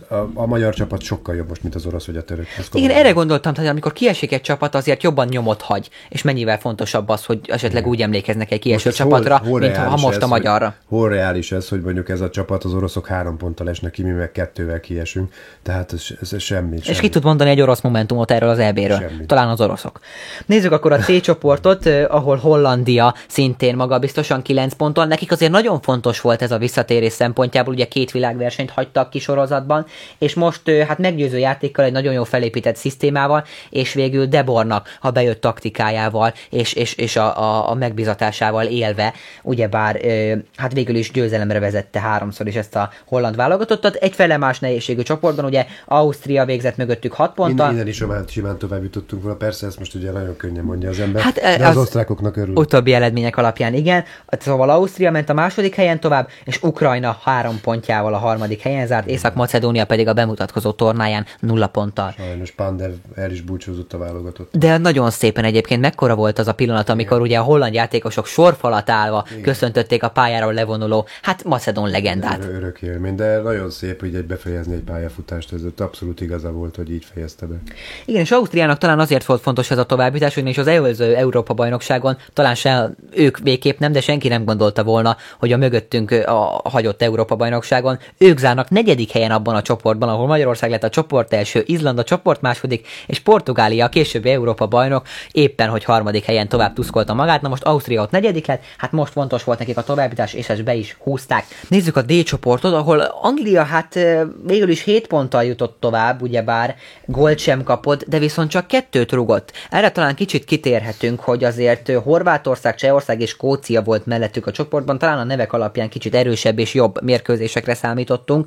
A magyar csapat sokkal jobb most, mint az orosz vagy a török. Igen, erre gondoltam, hogy amikor kiesik egy csapat, azért jobban nyomot hagy, és mennyivel fontosabb az, hogy esetleg úgy emlékeznek egy kieső csapatra, mint ha most a magyarra. Hol reális ez, hogy mondjuk ez a csapat, az oroszok 3 ponttal esnek ki, mi meg 2-vel kiesünk, tehát ez semmi. És ki tud mondani egy orosz momentumot erről az EB-ről? Talán az oroszok. Nézzük akkor a C csoportot, ahol Hollandia szintén magabiztosan 9 ponttal. Nekik azért nagyon fontos volt ez a visszatérés szempontjából, ugye 2 világversenyt hagytak ki sorozatban, és most hát meggyőző játékkal, egy nagyon jó felépített szisztémával, és végül Debornak a bejött taktikájával, és a megbizatásával élve, ugyebár hát végül is győzelemre vezette 3-szor is ezt a holland válogatottat. Egy fele más nehézségű csoportban, ugye Ausztria végzett mögöttük 6 ponttal. Innen is simán tovább jutottunk volna, persze ezt most ugye nagyon könnyen mondja az ember, hát, de az osztrákoknak örül. Utóbbi eredmények alapján igen, szóval Ausztria ment a második helyen tovább, és Ukrajna 3 pontjával a harmadik helyen zárt, Észak-Macedónia pedig a bemutatkozó tornáján 0 ponttal. Sajnos Pandev el is búcsúzott a válogatott. De nagyon szépen egyébként mekkora volt az a pillanat, amikor ugye a holland játékosok sorfalat állva köszöntötték a pályáról levonuló, hát macedón legendát. Örök élmény, de nagyon szép így befejezni egy pályafutást, ez abszolút igaza volt, hogy így fejezte be. Igen, és Ausztriának talán azért volt fontos ez a továbbjutás, ugyanis az előző Európa-bajnokságon talán se ők végképp nem, de senki nem gondolta volna, hogy a mögöttünk a hagyott Európa-bajnokságon ők zárnak 4. helyen abban a csoportban, ahol Magyarország lett a csoport első, Izland a csoport második, és Portugália, a későbbi Európa bajnok éppen, hogy 3. helyen tovább tuszkolta magát. Na most Ausztria ott 4. lett, hát most fontos volt nekik a továbbjutás, és ezt be is húzták. Nézzük a D csoportot, ahol Anglia hát végül is 7 ponttal jutott tovább, ugyebár gólt sem kapott, de viszont csak 2 rugott. Erre talán kicsit kitérhetünk, hogy azért Horvátország, Csehország és Skócia volt mellettük a csoportban, talán a nevek alapján kicsit erősebb és jobb mérkőzésekre számítottunk,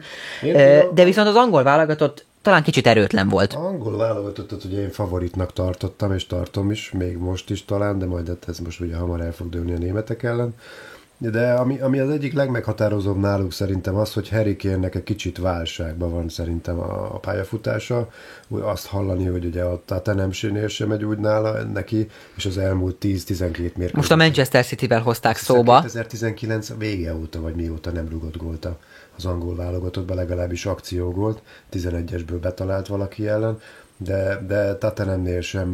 de viszont az angol válogatott talán kicsit erőtlen volt. A angol válogatottat ugye én favoritnak tartottam, és tartom is, még most is talán, de majd ez most ugye hamar el fog dőlni a németek ellen. De ami az egyik legmeghatározóbb náluk szerintem az, hogy Harry Kane-nek egy kicsit válságban van szerintem a pályafutása. Azt hallani, hogy ugye a Tottenhamnél sem megy úgy nála neki, és az elmúlt 10-12 mérkőzés. Most a Manchester City-vel hozták szóba. 2019 vége óta, vagy mióta nem rugott gólt az angol válogatottban, legalábbis akciógólt. 11-esből betalált valaki ellen. de Tatanemnél sem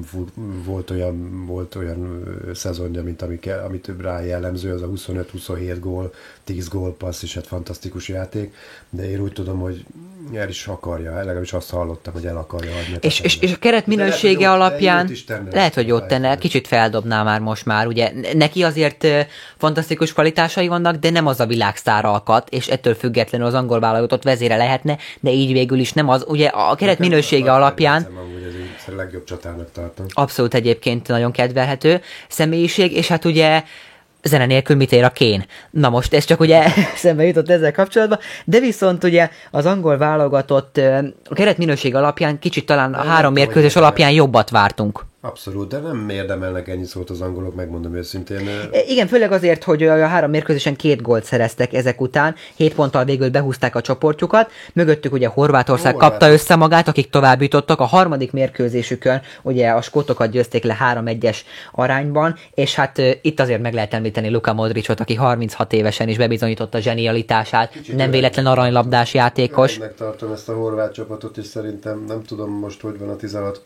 volt olyan szezonja, amit rá jellemző, az a 25-27 gól, 10 gólpassz, és hát fantasztikus játék, de én úgy tudom, hogy el is akarja, legalábbis azt hallottam, hogy el akarja adni. És a keret minősége alapján lehet, hogy jót tenne, kicsit feldobná már most már, ugye neki azért fantasztikus kvalitásai vannak, de nem az a világsztár alkat, és ettől függetlenül az angol válogatott vezére lehetne, de így végül is nem az, ugye a keret minősége alapján a legjobb csatának tartom. Abszolút egyébként nagyon kedvelhető személyiség, és hát ugye zene nélkül mit ér a Kane? Na most ez csak ugye szembe jutott ezzel kapcsolatban, de viszont ugye az angol válogatott a keret minőség alapján kicsit talán a 3 mérkőzés alapján jobbat vártunk. Abszolút, de nem érdemelnek ennyi szót az angolok, megmondom őszintén. Igen, főleg azért, hogy a 3 mérkőzésen 2 gólt szereztek ezek után, 7 ponttal végül behúzták a csoportjukat, mögöttük ugye Horvátország kapta össze magát, akik tovább jutottak, a 3. mérkőzésükön ugye a skótokat győzték le 3-1-es arányban, és hát itt azért meg lehet említeni Luka Modricot, aki 36 évesen is bebizonyította zsenialitását, kicsit nem véletlen aranylabdás játékos. Megtartom ezt a horvát csapatot, és szerintem nem tudom most, hogy van a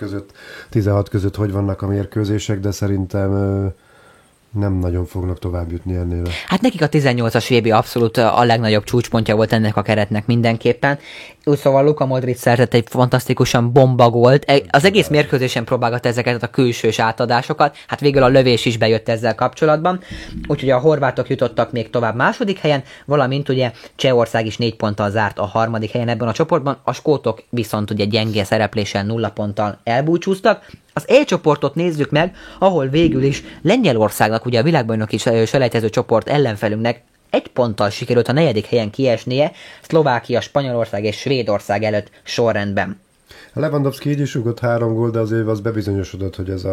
16 között hogy vannak a mérkőzések, de szerintem nem nagyon fognak tovább jutni ennél. Hát nekik a 18-as VB abszolút a legnagyobb csúcspontja volt ennek a keretnek mindenképpen. Úgy szóval Luka Modric szerzett egy fantasztikusan bomba gólt. Az egész mérkőzésen próbálgat ezeket a külsős átadásokat, hát végül a lövés is bejött ezzel kapcsolatban. Úgyhogy a horvátok jutottak még tovább második helyen, valamint ugye Csehország is 4 ponttal zárt a 3. helyen ebben a csoportban, a skótok viszont ugye gyenge szereplésen 0 ponttal elbúcsúztak. Az E csoportot nézzük meg, ahol végül is Lengyelországnak, ugye a világbajnoki selejtező csoport ellenfelünknek 1 ponttal sikerült a 4. helyen kiesnie, Szlovákia, Spanyolország és Svédország előtt sorrendben. A Lewandowski így is rúgott 3 gól, de azért az bebizonyosodott, hogy ez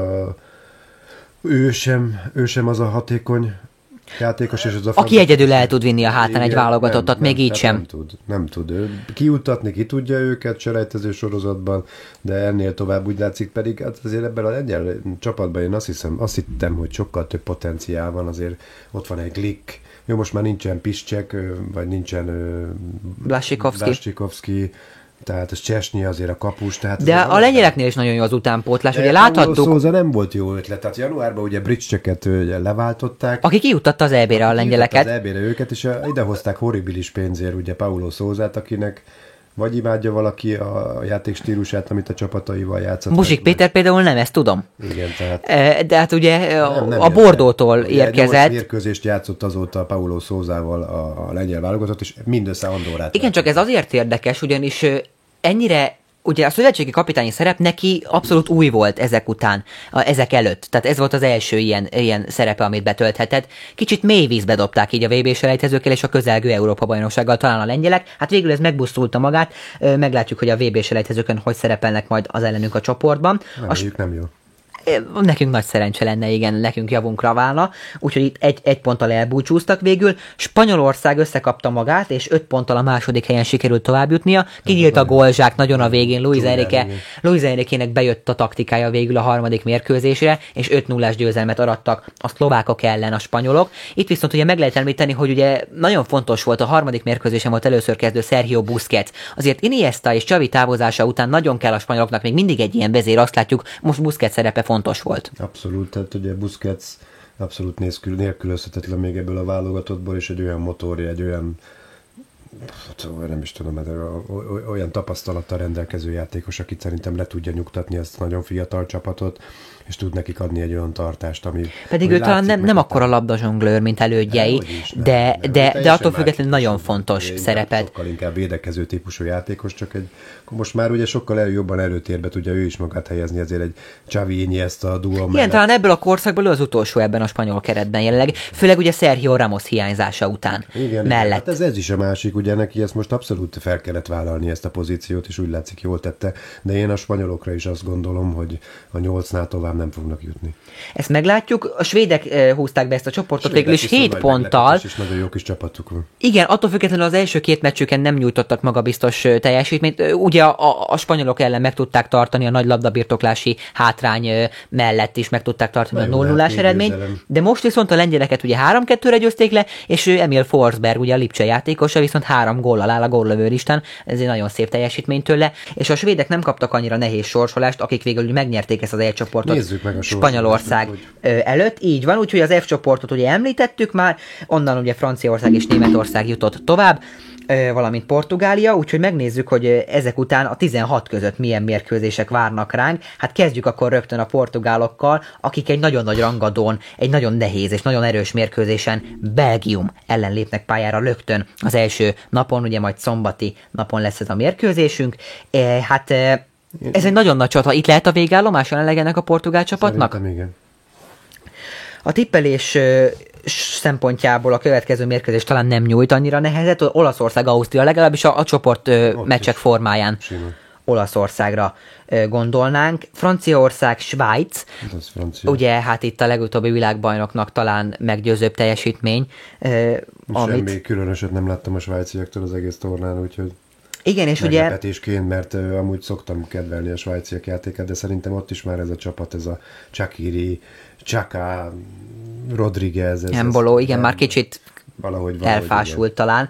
ő sem az a hatékony játékos, és az aki egyedül el tud vinni a hátán egy válogatottat, még így sem. Nem tud. Kiutatni, ki tudja őket selejtező sorozatban, de ennél tovább úgy látszik, pedig hát azért ebben a lengyel csapatban én azt hittem, hogy sokkal több potenciál van, azért ott van egy Glick, jó, most már nincsen Piszcsek, vagy nincsen Blaszcsikovszki, tehát ez Csesnyi azért a kapus. Tehát de a lengyeleknél is nagyon jó az utánpótlás, ugye láthattuk. Paulo nem volt jó ötlet, tehát januárban ugye Bricseket leváltották. Aki kijutatta az EB-re a lengyeleket. Az EB-re őket, és idehozták horribilis pénzért ugye Paulo Sousát, akinek vagy imádja valaki a játékstílusát, amit a csapataival játszott. Muzsik Péter például nem, ezt tudom. Igen, tehát... De hát ugye a Bordótól érkezett. 8 mérkőzést játszott azóta Paulo Sousával a lengyel válogatott, és mindössze Andorrát. Igen, csak ez azért érdekes, ugyanis ennyire ugye a szövetségi kapitányi szerep neki abszolút új volt ezek után, ezek előtt. Tehát ez volt az első ilyen szerepe, amit betölthetett. Kicsit mély vízbe dobták így a VB-selejtezőkkel és a közelgő Európa-bajnoksággal talán a lengyelek. Hát végül ez megbusztulta magát. Meglátjuk, hogy a VB-selejtezőkön hogy szerepelnek majd az ellenünk a csoportban. Nem jó. Nekünk nagy szerencse lenne, igen, nekünk javunkra válna, úgyhogy itt egy ponttal elbúcsúztak végül. Spanyolország összekapta magát, és 5 ponttal a második helyen sikerült továbbjutnia. Kinyílt a gólzsák nagyon a végén, Luis Enriquének bejött a taktikája végül a 3. mérkőzésre, és 5-0-ás győzelmet arattak a szlovákok ellen a spanyolok. Itt viszont ugye meg lehet említeni, hogy ugye nagyon fontos volt, a 3. mérkőzésen volt először kezdő Sergio Busquets. Azért Iniesta és Xavi távozása után nagyon kell a spanyoloknak még mindig egy ilyen vezér, azt látjuk, most Busquets szerepe fontos volt. Abszolút, tehát ugye Busquets abszolút nélkülözhetetlen még ebből a válogatottból, és egy olyan motorja, egy olyan nem is tudom, olyan tapasztalattal rendelkező játékos, akit szerintem le tudja nyugtatni ezt nagyon fiatal csapatot, és tud nekik adni egy olyan tartást, ami... Pedig ő talán nem akkora labdazsonglőr, mint elődjei, de attól függetlenül nagyon fontos szereped. Sokkal inkább védekező típusú játékos, csak most már ugye sokkal jobban előtérbe tudja ő is magát helyezni, ezért egy Xavi Iniesta duó mellett. Igen, talán ebből a korszakból az utolsó ebben a spanyol keretben jelenleg, főleg ugye Sergio Ramos hiányzása után. Igen, mellett. Hát ez is a másik, ugye neki ezt most abszolút fel kellett vállalni ezt a pozíciót, és úgy látszik jól tette, de én a spanyolokra is azt gondolom, hogy a 8-nál tovább nem fognak jutni. Ezt meglátjuk. A svédek húzták be ezt a csoportot végül is 7 ponttal. És nagyon jó kis csapatuk van. Igen, attól függetlenül az első 2 meccsüken nem nyújtottak magabiztos teljesítményt. Ugye a spanyolok ellen meg tudták tartani a nagy labdabirtoklási hátrány mellett is meg tudták tartani a 0-0-ás eredményt, de most viszont a lengyeleket ugye 3-2-re győzték le, és Emil Forsberg, ugye a Lipcse játékosa viszont 3 góllal áll a góllövőlistán, ez egy nagyon szép teljesítmény tőle, és a svédek nem kaptak annyira nehéz sorsolást, akik végül megnyerték ezt az E csoportot. Nézzük meg a Spanyolország előtt, így van, úgyhogy az F csoportot ugye említettük már, onnan ugye Franciaország és Németország jutott tovább, valamint Portugália, úgyhogy megnézzük, hogy ezek után a 16 között milyen mérkőzések várnak ránk. Hát kezdjük akkor rögtön a portugálokkal, akik egy nagyon nagy rangadón, egy nagyon nehéz és nagyon erős mérkőzésen Belgium ellen lépnek pályára rögtön az első napon, ugye majd szombati napon lesz ez a mérkőzésünk. Ez egy nagyon nagy csata. Itt lehet a végállomás jelenleg ennek a portugál csapatnak? Szerintem igen. A tippelés szempontjából a következő mérkőzés talán nem nyújt annyira nehezet. Olaszország, Ausztria legalábbis a csoport meccsek formáján Simán. Olaszországra gondolnánk. Franciaország, Svájc. Ez francia. Ugye hát itt a legutóbbi világbajnoknak talán meggyőzőbb teljesítmény. Semmi különöset nem láttam a svájciaktól az egész tornán, úgyhogy igen, és ugye meglepetésként, mert amúgy szoktam kedvelni a svájciak játékát, de szerintem ott is már ez a csapat, ez a Shaqiri, Chaka, Rodriguez. Embolo, igen, már kicsit valahogy elfásult igen. Talán.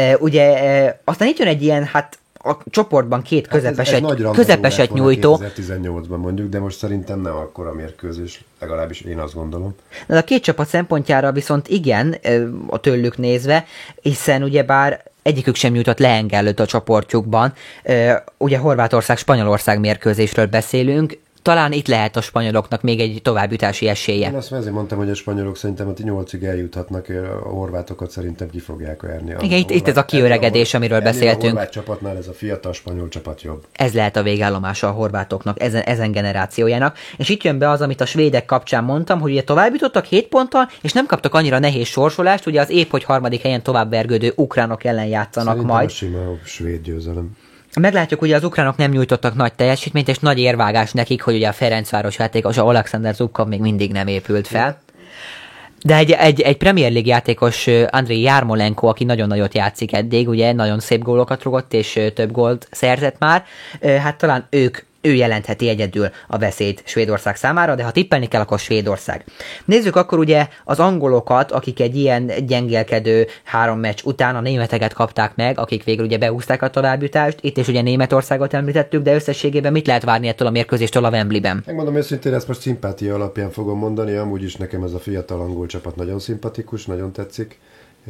Aztán itt jön egy ilyen, hát a csoportban két közepeset nyújtó. 2018-ban mondjuk, de most szerintem nem akkora mérkőzés, legalábbis én azt gondolom. De a két csapat szempontjára viszont igen, a tőlük nézve, hiszen ugyebár egyikük sem jutott leengellőt a csoportjukban. Ugye Horvátország-Spanyolország mérkőzésről beszélünk, talán itt lehet a spanyoloknak még egy továbbjutási esélye. Én azt azért mondtam, hogy a spanyolok szerintem a 8-ig eljuthatnak, a horvátokat szerintem ki fogják verni. Igen, itt ez a kiöregedés, amiről beszéltünk. A horvát csapatnál ez a fiatal spanyol csapat jobb. Ez lehet a végállomása a horvátoknak, ezen generációjának. És itt jön be az, amit a svédek kapcsán mondtam, hogy ugye továbbjutottak 7 ponttal, és nem kaptak annyira nehéz sorsolást, ugye az épp, hogy harmadik helyen tovább vergődő ukránok ellen játszanak szerintem majd. Sima svéd győzelem. Meglátjuk, hogy az ukránok nem nyújtottak nagy teljesítményt, és nagy érvágás nekik, hogy ugye a Ferencváros játékos, a Alexander Zubkov még mindig nem épült fel. De egy Premier League játékos, Andrei Jarmolenko, aki nagyon nagyot játszik eddig, ugye nagyon szép gólokat rugott, és több gólt szerzett már, hát talán ő jelentheti egyedül a veszélyt Svédország számára, de ha tippelni kell, akkor Svédország. Nézzük akkor ugye az angolokat, akik egy ilyen gyengélkedő 3 meccs után a németeket kapták meg, akik végül ugye beúzták a továbbjutást, itt is ugye Németországot említettük, de összességében mit lehet várni ettől a mérkőzéstől a Wembleyben? Megmondom őszintén, ezt most szimpátia alapján fogom mondani, amúgy is nekem ez a fiatal angol csapat nagyon szimpatikus, nagyon tetszik.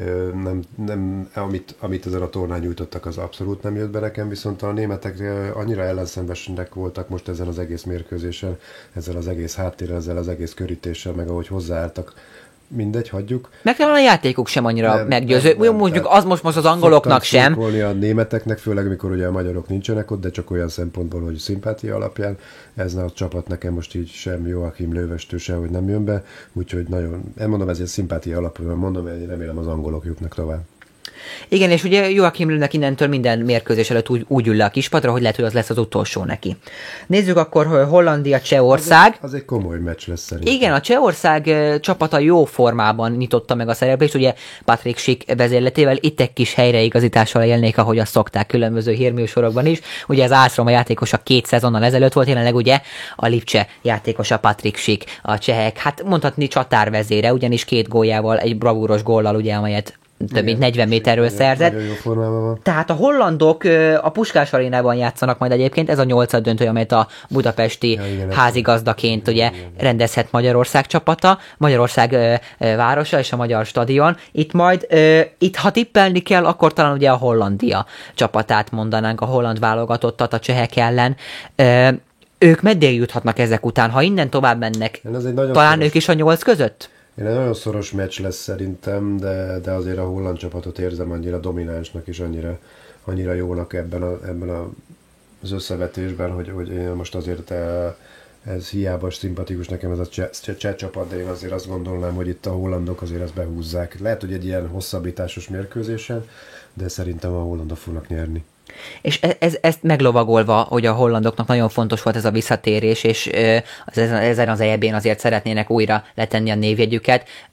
Amit ezen a tornán nyújtottak, az abszolút nem jött be nekem, viszont a németek annyira ellenszenvesek voltak most ezen az egész mérkőzésen, ezzel az egész háttérrel, ezzel az egész körítéssel, meg ahogy hozzáálltak. Mindegy, hagyjuk. Meg a játékuk sem annyira meggyőző. Mondjuk az most az angoloknak sem. A németeknek, főleg amikor ugye a magyarok nincsenek ott, de csak olyan szempontból, hogy szimpátia alapján. Ez a csapat nekem most így sem Joachim Löwestől se, hogy nem jön be. Úgyhogy nagyon, mondom, ez egy szimpátia alapján mondom, én remélem az angolok jutnak tovább. Igen, és ugye Joachim Löwnek innentől minden mérkőzés előtt úgy ül le a kispadra, hogy lehet, hogy az lesz az utolsó neki. Nézzük akkor Hollandia, Csehország. Az egy komoly meccs lesz szerintem. Igen, a Csehország csapata jó formában nyitotta meg a szereplést, ugye Patrick Schick vezérletével, itt egy kis helyreigazítással élnék, ahogy azt szokták különböző hírműsorokban is. Ugye az AS Roma játékosa 2 szezonnal ezelőtt volt, jelenleg ugye a Lipcse játékosa Patrick Schick, a csehek, hát mondhatni csatárvezére, ugyanis 2 góljával, egy bravúros góllal, ugye, amelyet több mint 40 méterről szerzett. Tehát a hollandok a Puskás arénában játszanak majd egyébként, ez a 8. döntő, amelyet a budapesti házigazdaként ugye rendezhet Magyarország csapata, Magyarország városa és a magyar stadion. Itt ha tippelni kell, akkor talán ugye a Hollandia csapatát mondanánk, a holland válogatottat a csehek ellen. Ők meddig juthatnak ezek után? Ha innen tovább mennek, talán ők is a 8 között? Egy nagyon szoros meccs lesz szerintem, de azért a holland csapatot érzem annyira dominánsnak és annyira jónak ebben az összevetésben, hogy én most azért ez hiába szimpatikus nekem ez a cseh csapat, de én azért azt gondolnám, hogy itt a hollandok azért ezt behúzzák. Lehet, hogy egy ilyen hosszabbításos mérkőzésen, de szerintem a hollandok fognak nyerni. És ezt meglovagolva, hogy a hollandoknak nagyon fontos volt ez a visszatérés, és ezen az EB-n azért szeretnének újra letenni a névjegyüket.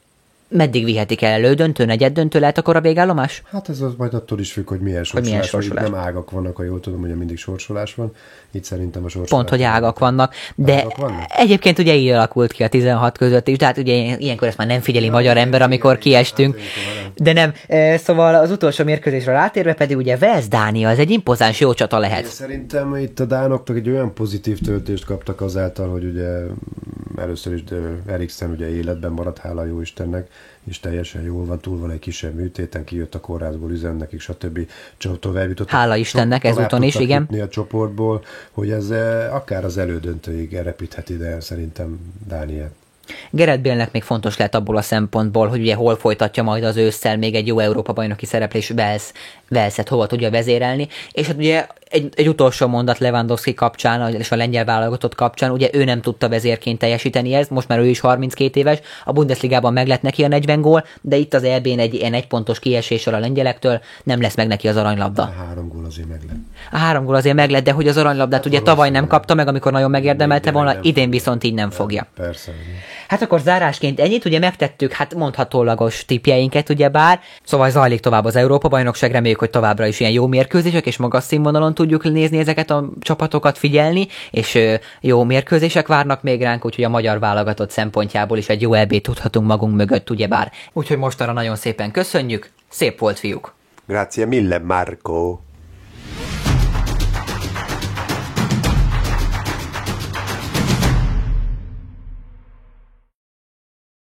meddig vihetik el? Elődöntő, negyeddöntő lehet akkor a végállomás? Hát ez az majd attól is függ, hogy milyen sorsolás. Nem ágak vannak, ha jól tudom, ugye mindig sorsolás van. Itt szerintem a sorsolás. Pont, hogy ágak vannak. De ágak vannak? Egyébként ugye így alakult ki a 16 között is, tehát ugye ilyenkor ezt már nem figyeli magyar ember, amikor kiestünk. De nem. Szóval az utolsó mérkőzésre rátérve pedig ugye Wales-Dánia, az egy impozáns jó csata lehet. Én szerintem itt a dánoknak egy olyan pozitív töltést kaptak azáltal, hogy ugye először is Eriksen ugye életben maradt, hála jó Istennek, és teljesen jól van, túl van egy kisebb műtéten, kijött a kórházból, üzen nekik, stb. Tovább jutottak. Hála Istennek, ezúton is, igen. A csoportból, hogy ez akár az elődöntőig repítheti, de szerintem Dániát. Gareth Bale-nek még fontos lehet abból a szempontból, hogy ugye hol folytatja majd az ősszel még egy jó Európa-bajnoki szereplés, Wales-et hova tudja vezérelni, és hát ugye egy utolsó mondat Lewandowski kapcsán, és a lengyel válogatott kapcsán, ugye ő nem tudta vezérként teljesíteni ezt, most már ő is 32 éves, a Bundesligában meg lett neki a 40 gól, de itt az EB-n egy ilyen egypontos kieséssel a lengyelektől nem lesz meg neki az aranylabda. A 3 gól azért meg lett. A 3 gól azért meg lett, de hogy az aranylabdát hát ugye tavaly nem kapta meg, amikor nagyon megérdemelte volna, idén viszont így nem fogja. Persze. Hát akkor zárásként ennyit, ugye megtettük, hát mondhatólagos tippjeinket, ugye bár, szóval zajlik tovább az Európa-bajnokság, reméljük, hogy továbbra is ilyen jó mérkőzések és magas színvonalon tudjuk nézni ezeket a csapatokat, figyelni, és jó mérkőzések várnak még ránk, úgyhogy a magyar válogatott szempontjából is egy jó EB-t tudhatunk magunk mögött, ugyebár. Úgyhogy mostanra nagyon szépen köszönjük, szép volt, fiúk! Grazie mille, Marco!